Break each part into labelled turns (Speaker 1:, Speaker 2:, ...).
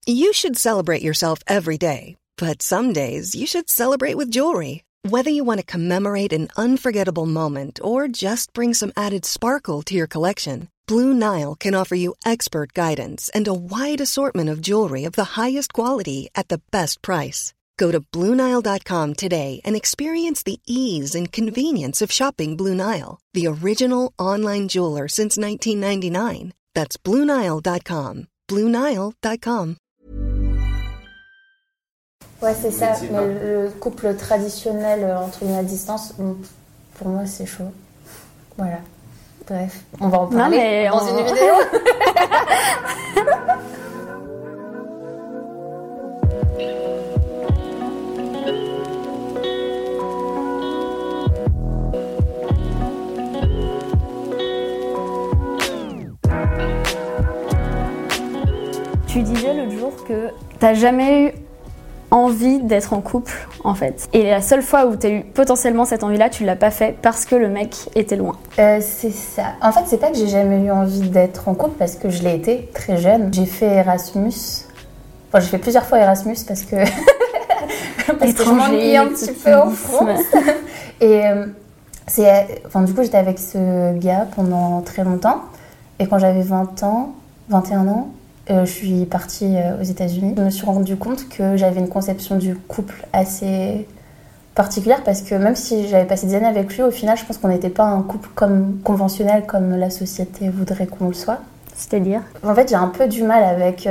Speaker 1: You should celebrate yourself every day, but some days you should celebrate with jewelry. Whether you want to commemorate an unforgettable moment or just bring some added sparkle to your collection, Blue Nile can offer you expert guidance and a wide assortment of jewelry of the highest quality at the best price. Go to BlueNile.com today and experience the ease and convenience of shopping Blue Nile, the original online jeweler since 1999. That's BlueNile.com. BlueNile.com.
Speaker 2: Ouais, c'est ça. Mais le couple traditionnel entre guillemets à distance, pour moi, c'est chaud. Voilà. Bref, on va en parler dans une vidéo.
Speaker 3: Tu disais l'autre jour que t'as jamais eu envie d'être en couple, en fait. Et la seule fois où t'as eu potentiellement cette envie-là, tu l'as pas fait parce que le mec était loin.
Speaker 2: C'est ça. En fait, c'est pas que j'ai jamais eu envie d'être en couple parce que je l'ai été très jeune. J'ai fait Erasmus. Enfin, j'ai fait plusieurs fois Erasmus parce que je m'ennuyais un petit peu en France. Et du coup, j'étais avec ce gars pendant très longtemps. Et quand j'avais 21 ans, je suis partie aux États-Unis. Je me suis rendu compte que j'avais une conception du couple assez particulière parce que même si j'avais passé des années avec lui, au final, je pense qu'on n'était pas un couple conventionnel comme la société voudrait qu'on le soit.
Speaker 3: C'est-à-dire ?
Speaker 2: En fait, j'ai un peu du mal avec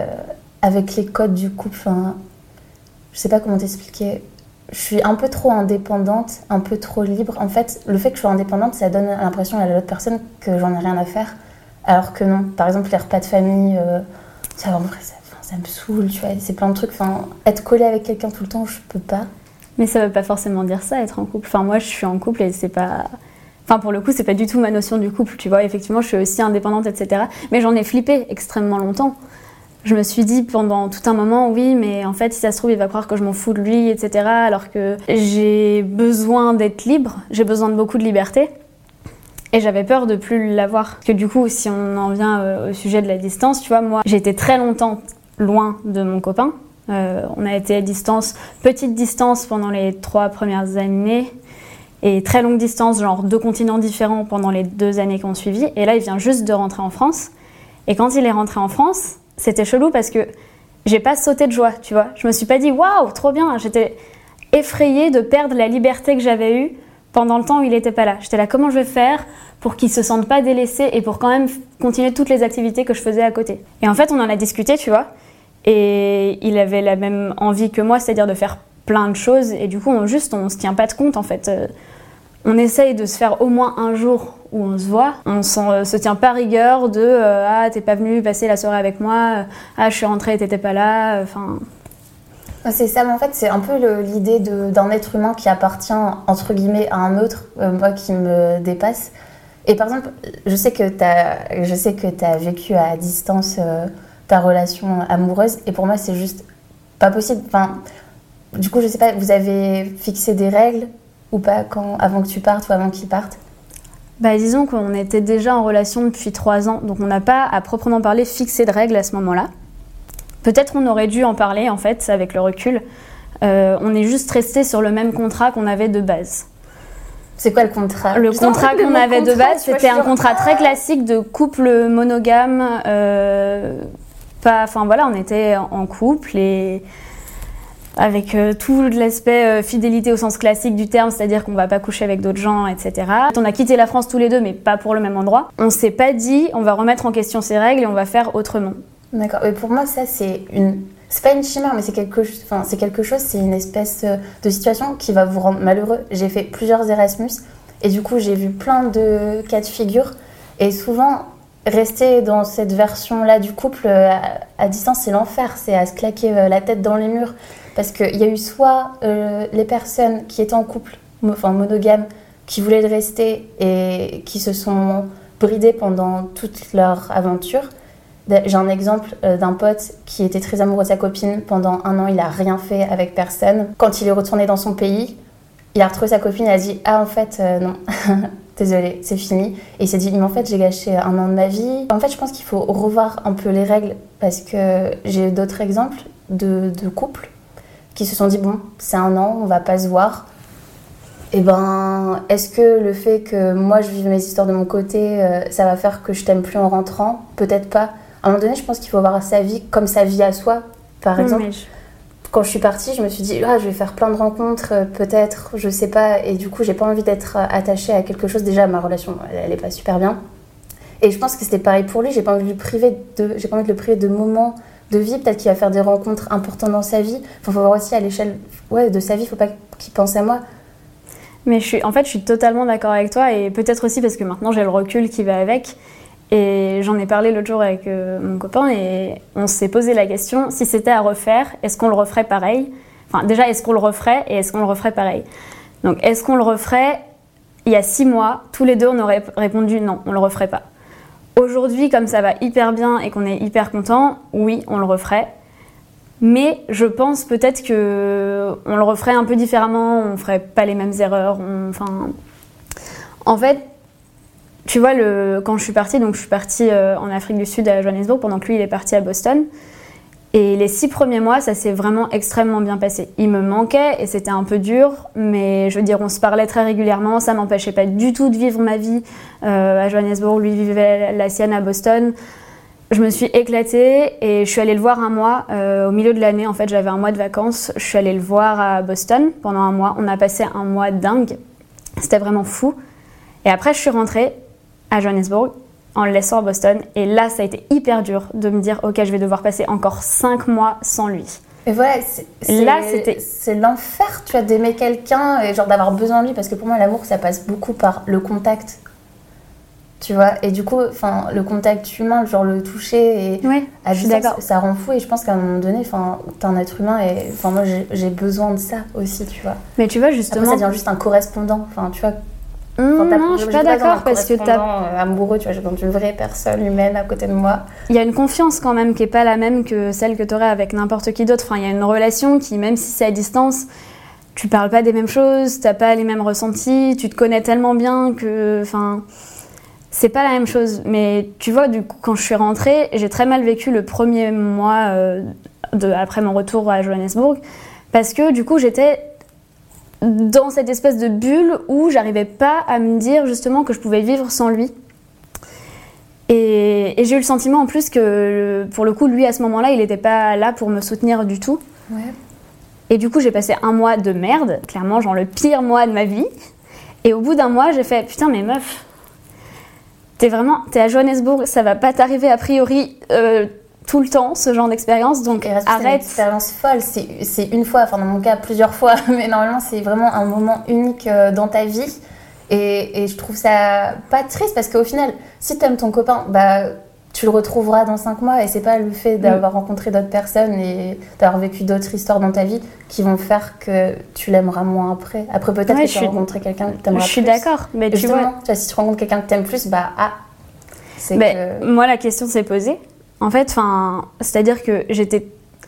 Speaker 2: les codes du couple. Enfin, je sais pas comment t'expliquer. Je suis un peu trop indépendante, un peu trop libre. En fait, le fait que je sois indépendante, ça donne l'impression à l'autre personne que j'en ai rien à faire. Alors que non, par exemple les repas de famille, ça me saoule, tu vois, c'est plein de trucs. Enfin, être collée avec quelqu'un tout le temps, je peux pas.
Speaker 3: Mais ça veut pas forcément dire ça, être en couple. Enfin, moi, je suis en couple et c'est pas... Enfin, pour le coup, c'est pas du tout ma notion du couple, tu vois. Effectivement, je suis aussi indépendante, etc. Mais j'en ai flippé extrêmement longtemps. Je me suis dit pendant tout un moment, oui, mais en fait, si ça se trouve, il va croire que je m'en fous de lui, etc. Alors que j'ai besoin d'être libre, j'ai besoin de beaucoup de liberté. Et j'avais peur de plus l'avoir. Parce que du coup, si on en vient au sujet de la distance, tu vois, moi, j'ai été très longtemps loin de mon copain. On a été à distance, petite distance pendant les 3 premières années et très longue distance, genre 2 continents différents pendant les 2 années qui ont suivi. Et là, il vient juste de rentrer en France. Et quand il est rentré en France, c'était chelou parce que j'ai pas sauté de joie, tu vois. Je me suis pas dit « Waouh, trop bien !» J'étais effrayée de perdre la liberté que j'avais eue pendant le temps où il n'était pas là. J'étais là, comment je vais faire pour qu'il ne se sente pas délaissé et pour quand même continuer toutes les activités que je faisais à côté. Et en fait, on en a discuté, tu vois, et il avait la même envie que moi, c'est-à-dire de faire plein de choses, et du coup, on se tient pas de compte, en fait. On essaye de se faire au moins un jour où on se voit. On se tient pas rigueur de « Ah, t'es pas venu passer la soirée avec moi. Ah, je suis rentrée et t'étais pas là. » Enfin...
Speaker 2: C'est ça, mais en fait, c'est un peu l'idée d'un être humain qui appartient, entre guillemets, à un autre, moi qui me dépasse. Et par exemple, je sais que t'as vécu à distance ta relation amoureuse, et pour moi, c'est juste pas possible. Enfin, du coup, je sais pas, vous avez fixé des règles ou pas avant que tu partes ou avant qu'il parte ?
Speaker 3: Bah, disons qu'on était déjà en relation depuis 3 ans, donc on n'a pas, à proprement parler, fixé de règles à ce moment-là. Peut-être on aurait dû en parler, en fait, avec le recul. On est juste resté sur le même contrat qu'on avait de base.
Speaker 2: C'est quoi le contrat ?
Speaker 3: Le contrat qu'on avait de base, c'était un contrat très classique de couple monogame. On était en couple et avec tout l'aspect fidélité au sens classique du terme, c'est-à-dire qu'on va pas coucher avec d'autres gens, etc. On a quitté la France tous les deux, mais pas pour le même endroit. On s'est pas dit, on va remettre en question ces règles et on va faire autrement.
Speaker 2: D'accord. Et pour moi, ça, c'est pas une chimère, mais c'est quelque chose, c'est une espèce de situation qui va vous rendre malheureux. J'ai fait plusieurs Erasmus et du coup, j'ai vu plein de cas de figure. Et souvent, rester dans cette version-là du couple à distance, c'est l'enfer. C'est à se claquer la tête dans les murs. Parce qu'il y a eu soit les personnes qui étaient en couple, monogames, qui voulaient le rester et qui se sont bridées pendant toute leur aventure. J'ai un exemple d'un pote qui était très amoureux de sa copine. Pendant 1 an, il n'a rien fait avec personne. Quand il est retourné dans son pays, il a retrouvé sa copine et il a dit « Ah, en fait, non, désolé, c'est fini. Et il s'est dit, mais en fait, j'ai gâché 1 an de ma vie. En fait, je pense qu'il faut revoir un peu les règles parce que j'ai d'autres exemples de couples qui se sont dit, bon, c'est 1 an, on va pas se voir. Et ben, est-ce que le fait que moi je vive mes histoires de mon côté, ça va faire que je t'aime plus en rentrant ? Peut-être pas. À un moment donné, je pense qu'il faut voir sa vie comme sa vie à soi. Par exemple, quand je suis partie, je me suis dit, je vais faire plein de rencontres, peut-être, je sais pas. Et du coup, j'ai pas envie d'être attachée à quelque chose. Déjà, ma relation, elle est pas super bien. Et je pense que c'était pareil pour lui. J'ai pas envie de le priver de moments de vie. Peut-être qu'il va faire des rencontres importantes dans sa vie. Faut voir aussi à l'échelle de sa vie. Faut pas qu'il pense à moi.
Speaker 3: Mais je suis totalement d'accord avec toi et peut-être aussi parce que maintenant j'ai le recul qui va avec. Et j'en ai parlé l'autre jour avec mon copain et on s'est posé la question, si c'était à refaire, est-ce qu'on le referait pareil ? Enfin déjà, est-ce qu'on le referait et est-ce qu'on le referait pareil ? Donc est-ce qu'on le referait ? Il y a 6 mois, tous les deux on aurait répondu non, on le referait pas. Aujourd'hui, comme ça va hyper bien et qu'on est hyper content, oui, on le referait. Mais je pense peut-être qu'on le referait un peu différemment, on ferait pas les mêmes erreurs. En fait, tu vois, quand je suis partie, donc je suis partie en Afrique du Sud à Johannesburg, pendant que lui il est parti à Boston. Et les 6 premiers mois, ça s'est vraiment extrêmement bien passé. Il me manquait et c'était un peu dur, mais je veux dire, on se parlait très régulièrement, ça m'empêchait pas du tout de vivre ma vie à Johannesburg, lui vivait la sienne à Boston. Je me suis éclatée et je suis allée le voir 1 mois. Au milieu de l'année, en fait, j'avais 1 mois de vacances. Je suis allée le voir à Boston pendant 1 mois. On a passé 1 mois dingue. C'était vraiment fou. Et après, je suis rentrée à Johannesburg en le laissant à Boston. Et là, ça a été hyper dur de me dire « Ok, je vais devoir passer encore 5 mois sans lui. »
Speaker 2: Et voilà, c'est l'enfer, tu vois, d'aimer quelqu'un et genre d'avoir besoin de lui. Parce que pour moi, l'amour, ça passe beaucoup par le contact. Tu vois, et du coup, le contact humain, genre le toucher et
Speaker 3: je suis d'accord.
Speaker 2: Ça rend fou. Et je pense qu'à un moment donné, t'es un être humain et moi j'ai besoin de ça aussi, tu vois.
Speaker 3: Mais tu vois, justement.
Speaker 2: Après, ça devient juste un correspondant, tu vois.
Speaker 3: Non, je suis pas d'accord parce que
Speaker 2: amoureux, tu vois, j'ai besoin d'une vraie personne humaine à côté de moi.
Speaker 3: Il y a une confiance quand même qui est pas la même que celle que t'aurais avec n'importe qui d'autre. Il y a une relation qui, même si c'est à distance, tu parles pas des mêmes choses, t'as pas les mêmes ressentis, tu te connais tellement bien que, c'est pas la même chose. Mais tu vois, du coup, quand je suis rentrée, j'ai très mal vécu le premier mois après mon retour à Johannesburg parce que du coup, j'étais dans cette espèce de bulle où j'arrivais pas à me dire justement que je pouvais vivre sans lui. Et j'ai eu le sentiment en plus que, pour le coup, lui, à ce moment-là, il était pas là pour me soutenir du tout.
Speaker 2: Ouais.
Speaker 3: Et du coup, j'ai passé 1 mois de merde, clairement, genre le pire mois de ma vie. Et au bout d'1 mois, j'ai fait « Putain, mais meuf, t'es à Johannesburg, ça va pas t'arriver a priori tout le temps, ce genre d'expérience, donc arrête.
Speaker 2: C'est une expérience folle, c'est une fois, dans mon cas plusieurs fois, mais normalement c'est vraiment un moment unique dans ta vie. Et je trouve ça pas triste parce qu'au final, si t'aimes ton copain, tu le retrouveras dans 5 mois et c'est pas le fait d'avoir rencontré d'autres personnes et d'avoir vécu d'autres histoires dans ta vie qui vont faire que tu l'aimeras moins après. Après peut-être que tu vas rencontrer quelqu'un que t'aimeras plus. Je
Speaker 3: suis d'accord, mais
Speaker 2: tu vois, si tu rencontres quelqu'un que t'aimes plus,
Speaker 3: Moi la question s'est posée. En fait, c'est-à-dire que j'étais...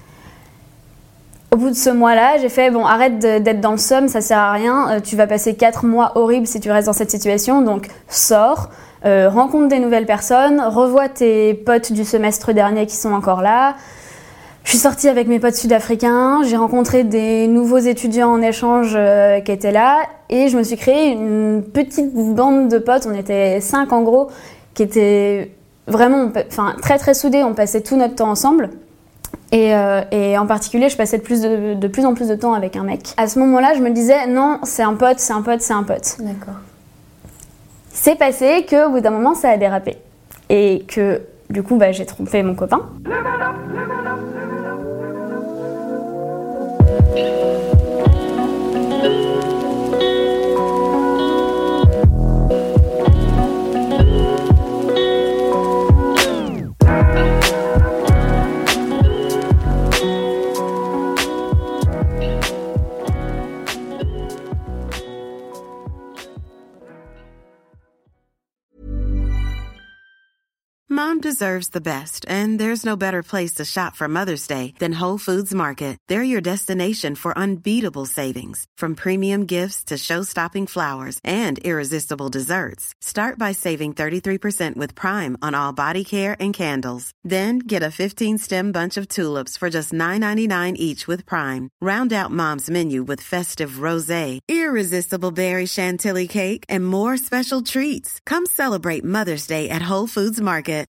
Speaker 3: Au bout de ce mois-là, j'ai fait, arrête d'être dans le seum, ça sert à rien, tu vas passer 4 mois horribles si tu restes dans cette situation, donc sors, rencontre des nouvelles personnes, revois tes potes du semestre dernier qui sont encore là. Je suis sortie avec mes potes sud-africains, j'ai rencontré des nouveaux étudiants en échange qui étaient là, et je me suis créé une petite bande de potes, on était 5 en gros, qui étaient vraiment très très soudés, on passait tout notre temps ensemble. Et en particulier, je passais de plus en plus de temps avec un mec. À ce moment-là, je me disais, non, c'est un pote, c'est un pote, c'est un pote.
Speaker 2: D'accord.
Speaker 3: C'est passé qu'au bout d'un moment, ça a dérapé. Et que, du coup, j'ai trompé mon copain.
Speaker 4: Mom deserves the best, and there's no better place to shop for Mother's Day than Whole Foods Market. They're your destination for unbeatable savings, from premium gifts to show-stopping flowers and irresistible desserts. Start by saving 33% with Prime on all body care and candles. Then get a 15-stem bunch of tulips for just $9.99 each with Prime. Round out Mom's menu with festive rosé, irresistible berry chantilly cake, and more special treats. Come celebrate Mother's Day at Whole Foods Market.